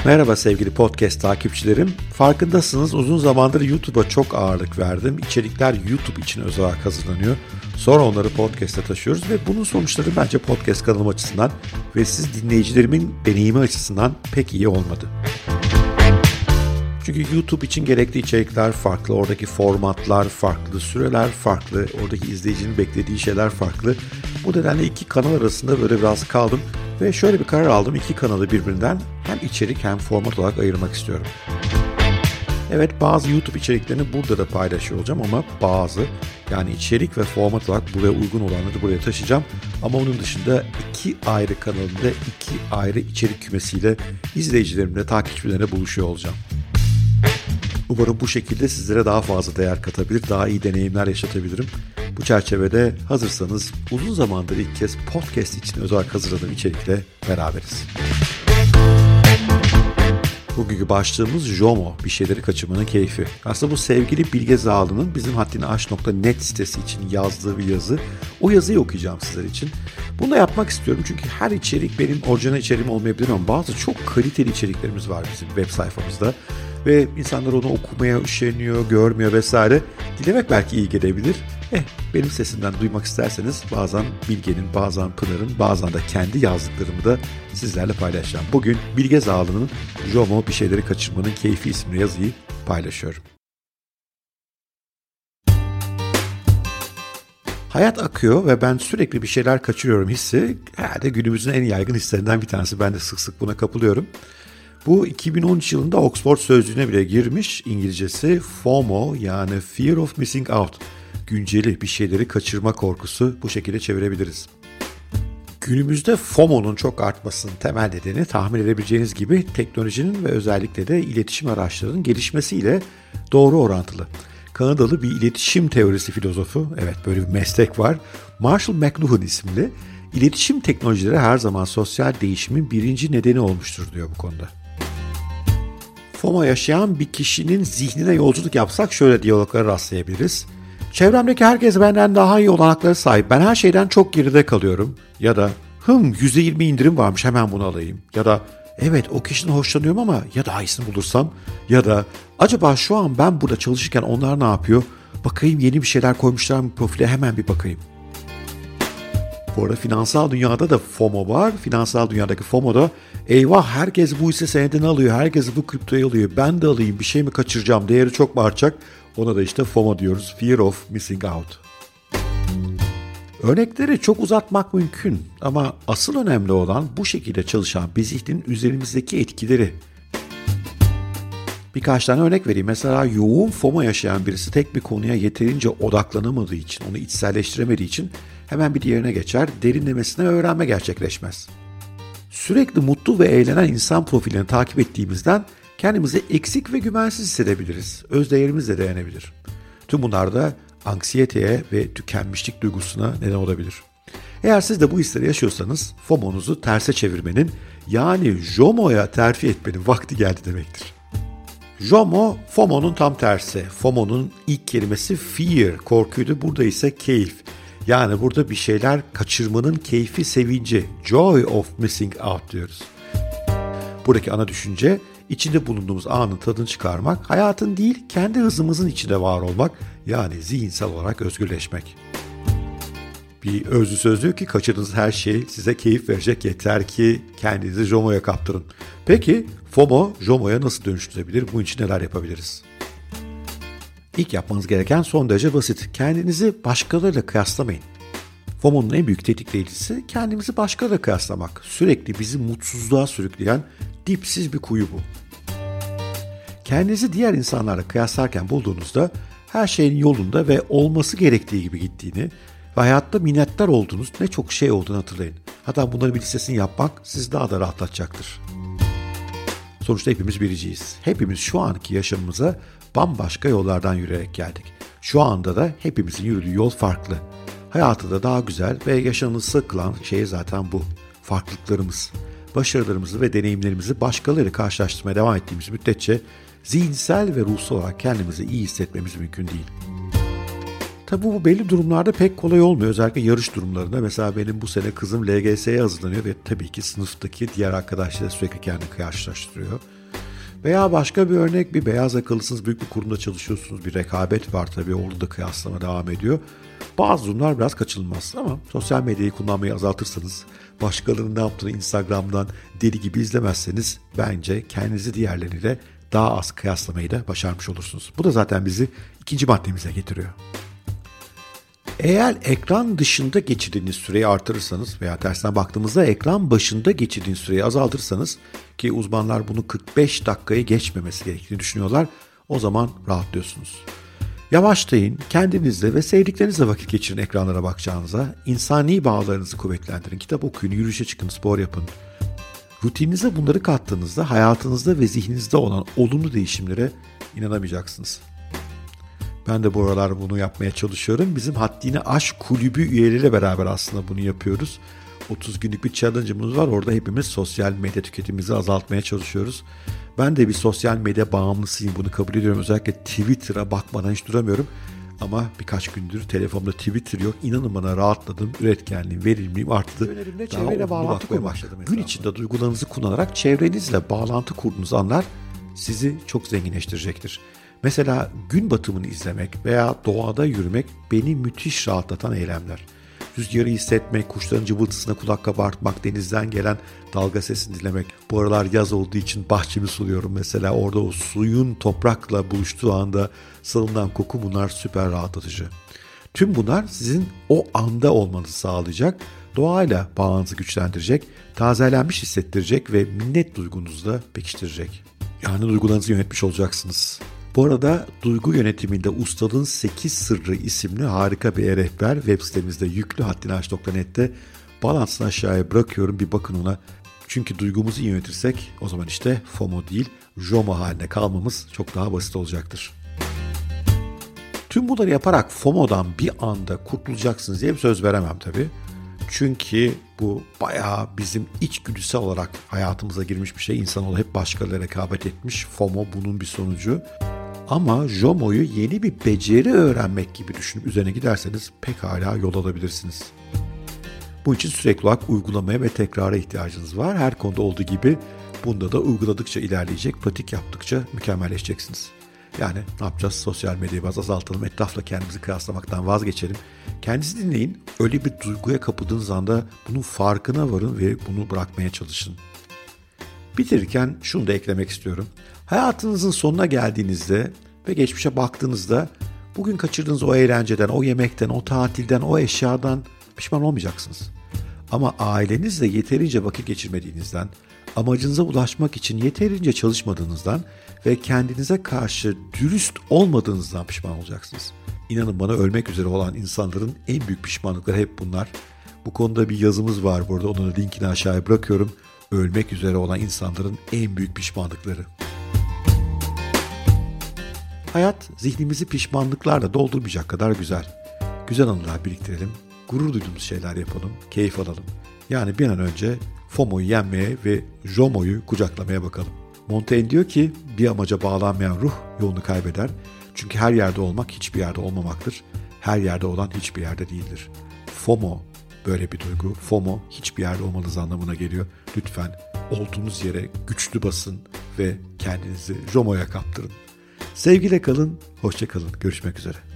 Merhaba sevgili podcast takipçilerim. Farkındasınız uzun zamandır YouTube'a çok ağırlık verdim. İçerikler YouTube için özel olarak hazırlanıyor. Sonra onları podcast'a taşıyoruz ve bunun sonuçları bence podcast kanalım açısından ve siz dinleyicilerimin deneyimi açısından pek iyi olmadı. Çünkü YouTube için gerekli içerikler farklı, oradaki formatlar farklı, süreler farklı, oradaki izleyicinin beklediği şeyler farklı. Bu nedenle iki kanal arasında böyle biraz kaldım ve şöyle bir karar aldım. İki kanalı birbirinden hem içerik hem format olarak ayırmak istiyorum. Evet, bazı YouTube içeriklerini burada da paylaşıyor olacağım ama bazı, yani içerik ve format olarak buraya uygun olanları buraya taşıyacağım. Ama onun dışında iki ayrı kanalımda iki ayrı içerik kümesiyle izleyicilerimle, takipçilerimle buluşuyor olacağım. Umarım bu şekilde sizlere daha fazla değer katabilir, daha iyi deneyimler yaşatabilirim. Bu çerçevede hazırsanız uzun zamandır ilk kez podcast için özel olarak hazırladığım içerikle beraberiz. Bugünkü başlığımız JOMO, bir şeyleri kaçırmanın keyfi. Aslında bu sevgili Bilge Zağlı'nın bizim haddiniaş.net sitesi için yazdığı bir yazı. O yazıyı okuyacağım sizler için. Bunu da yapmak istiyorum çünkü her içerik benim orijinal içeriğim olmayabilir ama bazı çok kaliteli içeriklerimiz var bizim web sayfamızda. Ve insanlar onu okumaya üşeniyor, görmüyor vesaire. Dinlemek belki iyi gelebilir. Benim sesimden duymak isterseniz bazen Bilge'nin, bazen Pınar'ın, bazen de kendi yazdıklarımı da sizlerle paylaşacağım. Bugün Bilge Zağlı'nın JOMO, bir şeyleri kaçırmanın keyfi isimli yazıyı paylaşıyorum. Hayat akıyor ve ben sürekli bir şeyler kaçırıyorum hissi herhalde günümüzün en yaygın hislerinden bir tanesi. Ben de sık sık buna kapılıyorum. Bu 2013 yılında Oxford Sözlüğü'ne bile girmiş. İngilizcesi FOMO, yani Fear of Missing Out. Günceli, bir şeyleri kaçırma korkusu, bu şekilde çevirebiliriz. Günümüzde FOMO'nun çok artmasının temel nedeni tahmin edebileceğiniz gibi teknolojinin ve özellikle de iletişim araçlarının gelişmesiyle doğru orantılı. Kanadalı bir iletişim teorisi filozofu, evet böyle bir meslek var, Marshall McLuhan isimli, iletişim teknolojileri her zaman sosyal değişimin birinci nedeni olmuştur diyor bu konuda. FOMO yaşayan bir kişinin zihnine yolculuk yapsak şöyle diyaloglara rastlayabiliriz. Çevremdeki herkes benden daha iyi olanaklara sahip. Ben her şeyden çok geride kalıyorum. Ya da %20 indirim varmış, hemen bunu alayım. Ya da evet o kişiden hoşlanıyorum ama ya daha iyisini bulursam. Ya da acaba şu an ben burada çalışırken onlar ne yapıyor? Bakayım yeni bir şeyler koymuşlar mı profile, hemen bir bakayım. Bu arada finansal dünyada da FOMO var. Finansal dünyadaki FOMO da eyvah herkes bu hisse senedini alıyor, herkes bu kriptoyu alıyor, ben de alayım, bir şey mi kaçıracağım, değeri çok mu artacak? Ona da işte FOMO diyoruz, Fear of Missing Out. Örnekleri çok uzatmak mümkün ama asıl önemli olan bu şekilde çalışan bir zihnin üzerimizdeki etkileri. Birkaç tane örnek vereyim. Mesela yoğun FOMO yaşayan birisi tek bir konuya yeterince odaklanamadığı için, onu içselleştiremediği için hemen bir diğerine geçer, derinlemesine öğrenme gerçekleşmez. Sürekli mutlu ve eğlenen insan profillerini takip ettiğimizden kendimizi eksik ve güvensiz hissedebiliriz. Özdeğerimiz de dayanabilir. Tüm bunlar da anksiyeteye ve tükenmişlik duygusuna neden olabilir. Eğer siz de bu hisleri yaşıyorsanız FOMO'nuzu terse çevirmenin, yani JOMO'ya terfi etmenin vakti geldi demektir. JOMO, FOMO'nun tam tersi. FOMO'nun ilk kelimesi fear, korkuydu. Burada ise keyif. Yani burada bir şeyler kaçırmanın keyfi, sevinci, joy of missing out diyoruz. Buradaki ana düşünce, içinde bulunduğumuz anın tadını çıkarmak, hayatın değil kendi hızımızın içinde var olmak, yani zihinsel olarak özgürleşmek. Bir özlü söz diyor ki kaçırdığınız her şey size keyif verecek, yeter ki kendinizi JOMO'ya kaptırın. Peki FOMO JOMO'ya nasıl dönüştürebilir? Bunun için neler yapabiliriz? İlk yapmanız gereken son derece basit. Kendinizi başkalarıyla kıyaslamayın. FOMO'nun en büyük tetikleyicisi kendimizi başkalarıyla kıyaslamak. Sürekli bizi mutsuzluğa sürükleyen dipsiz bir kuyu bu. Kendinizi diğer insanlarla kıyaslarken bulduğunuzda her şeyin yolunda ve olması gerektiği gibi gittiğini ve hayatta minnettar olduğunuz ne çok şey olduğunu hatırlayın. Hatta bunların bir listesini yapmak sizi daha da rahatlatacaktır. Sonuçta hepimiz biriciyiz. Hepimiz şu anki yaşamımıza bambaşka yollardan yürüyerek geldik. Şu anda da hepimizin yürüdüğü yol farklı. Hayatı da daha güzel ve yaşanılması kılan şey zaten bu. Farklılıklarımız. Başarılarımızı ve deneyimlerimizi başkalarıyla karşılaştırmaya devam ettiğimiz müddetçe zihinsel ve ruhsal olarak kendimizi iyi hissetmemiz mümkün değil. Tabii bu belli durumlarda pek kolay olmuyor. Özellikle yarış durumlarında. Mesela benim bu sene kızım LGS'ye hazırlanıyor ve tabii ki sınıftaki diğer arkadaşlarla sürekli kendini karşılaştırıyor. Veya başka bir örnek, bir beyaz yakalısınız, büyük bir kurumda çalışıyorsunuz, bir rekabet var tabii, orada da kıyaslama devam ediyor. Bazı durumlar biraz kaçınılmaz ama sosyal medyayı kullanmayı azaltırsanız, başkalarının ne yaptığını Instagram'dan deli gibi izlemezseniz bence kendinizi diğerleriyle daha az kıyaslamayı da başarmış olursunuz. Bu da zaten bizi ikinci maddemize getiriyor. Eğer ekran dışında geçirdiğiniz süreyi artırırsanız veya tersine baktığımızda ekran başında geçirdiğiniz süreyi azaltırsanız, ki uzmanlar bunu 45 dakikayı geçmemesi gerektiğini düşünüyorlar, o zaman rahatlıyorsunuz. Yavaşlayın, kendinizle ve sevdiklerinizle vakit geçirin ekranlara bakacağınıza, insani bağlarınızı kuvvetlendirin, kitap okuyun, yürüyüşe çıkın, spor yapın. Rutininize bunları kattığınızda hayatınızda ve zihninizde olan olumlu değişimlere inanamayacaksınız. Ben de bu aralar bunu yapmaya çalışıyorum. Bizim Haddini Aşk Kulübü üyeleriyle beraber aslında bunu yapıyoruz. 30 günlük bir challenge'ımız var. Orada hepimiz sosyal medya tüketimimizi azaltmaya çalışıyoruz. Ben de bir sosyal medya bağımlısıyım. Bunu kabul ediyorum. Özellikle Twitter'a bakmadan hiç duramıyorum. Ama birkaç gündür telefonumda Twitter yok. İnanın bana rahatladım. Üretkenliğim, verimliliğim arttı. Önerimde çevreyle bağlantı kurmaya başladım. Gün içinde duygularınızı kullanarak çevrenizle bağlantı kurduğunuz anlar sizi çok zenginleştirecektir. Mesela gün batımını izlemek veya doğada yürümek beni müthiş rahatlatan eylemler. Rüzgarı hissetmek, kuşların cıvıltısına kulak kabartmak, denizden gelen dalga sesini dinlemek. Bu aralar yaz olduğu için bahçemi suluyorum mesela. Orada o suyun toprakla buluştuğu anda salınan koku, bunlar süper rahatlatıcı. Tüm bunlar sizin o anda olmanızı sağlayacak, doğayla bağınızı güçlendirecek, tazelenmiş hissettirecek ve minnet duygunuzu da pekiştirecek. Yani duygularınızı yönetmiş olacaksınız. Bu arada Duygu Yönetiminde Ustalığın 8 Sırrı isimli harika bir e-rehber web sitemizde yüklü, haddinaş.net'te, bağlantısını aşağıya bırakıyorum, bir bakın ona. Çünkü duygumuzu iyi yönetirsek o zaman işte FOMO değil JOMO haline kalmamız çok daha basit olacaktır. Tüm bunları yaparak FOMO'dan bir anda kurtulacaksınız diye bir söz veremem tabii. Çünkü bu bayağı bizim içgüdüsel olarak hayatımıza girmiş bir şey. İnsanoğlu hep başkalarıyla rekabet etmiş. FOMO bunun bir sonucu. Ama JOMO'yu yeni bir beceri öğrenmek gibi düşünüp üzerine giderseniz pekala yol alabilirsiniz. Bunun için sürekli olarak uygulamaya ve tekrara ihtiyacınız var. Her konuda olduğu gibi bunda da uyguladıkça ilerleyecek, pratik yaptıkça mükemmelleşeceksiniz. Yani ne yapacağız? Sosyal medyayı biraz azaltalım, etrafla kendimizi kıyaslamaktan vazgeçelim. Kendinizi dinleyin, öyle bir duyguya kapıldığınız anda bunun farkına varın ve bunu bırakmaya çalışın. Bitirirken şunu da eklemek istiyorum. Hayatınızın sonuna geldiğinizde ve geçmişe baktığınızda bugün kaçırdığınız o eğlenceden, o yemekten, o tatilden, o eşyadan pişman olmayacaksınız. Ama ailenizle yeterince vakit geçirmediğinizden, amacınıza ulaşmak için yeterince çalışmadığınızdan ve kendinize karşı dürüst olmadığınızdan pişman olacaksınız. İnanın bana, ölmek üzere olan insanların en büyük pişmanlıkları hep bunlar. Bu konuda bir yazımız var burada, onun linkini aşağıya bırakıyorum. Ölmek üzere olan insanların en büyük pişmanlıkları. Hayat zihnimizi pişmanlıklarla doldurmayacak kadar güzel. Güzel anılar biriktirelim, gurur duyduğumuz şeyler yapalım, keyif alalım. Yani bir an önce FOMO'yu yenmeye ve JOMO'yu kucaklamaya bakalım. Montaigne diyor ki, bir amaca bağlanmayan ruh yolunu kaybeder. Çünkü her yerde olmak hiçbir yerde olmamaktır. Her yerde olan hiçbir yerde değildir. FOMO böyle bir duygu. FOMO hiçbir yerde olmanız anlamına geliyor. Lütfen olduğunuz yere güçlü basın ve kendinizi JOMO'ya kaptırın. Sevgiyle kalın, hoşça kalın. Görüşmek üzere.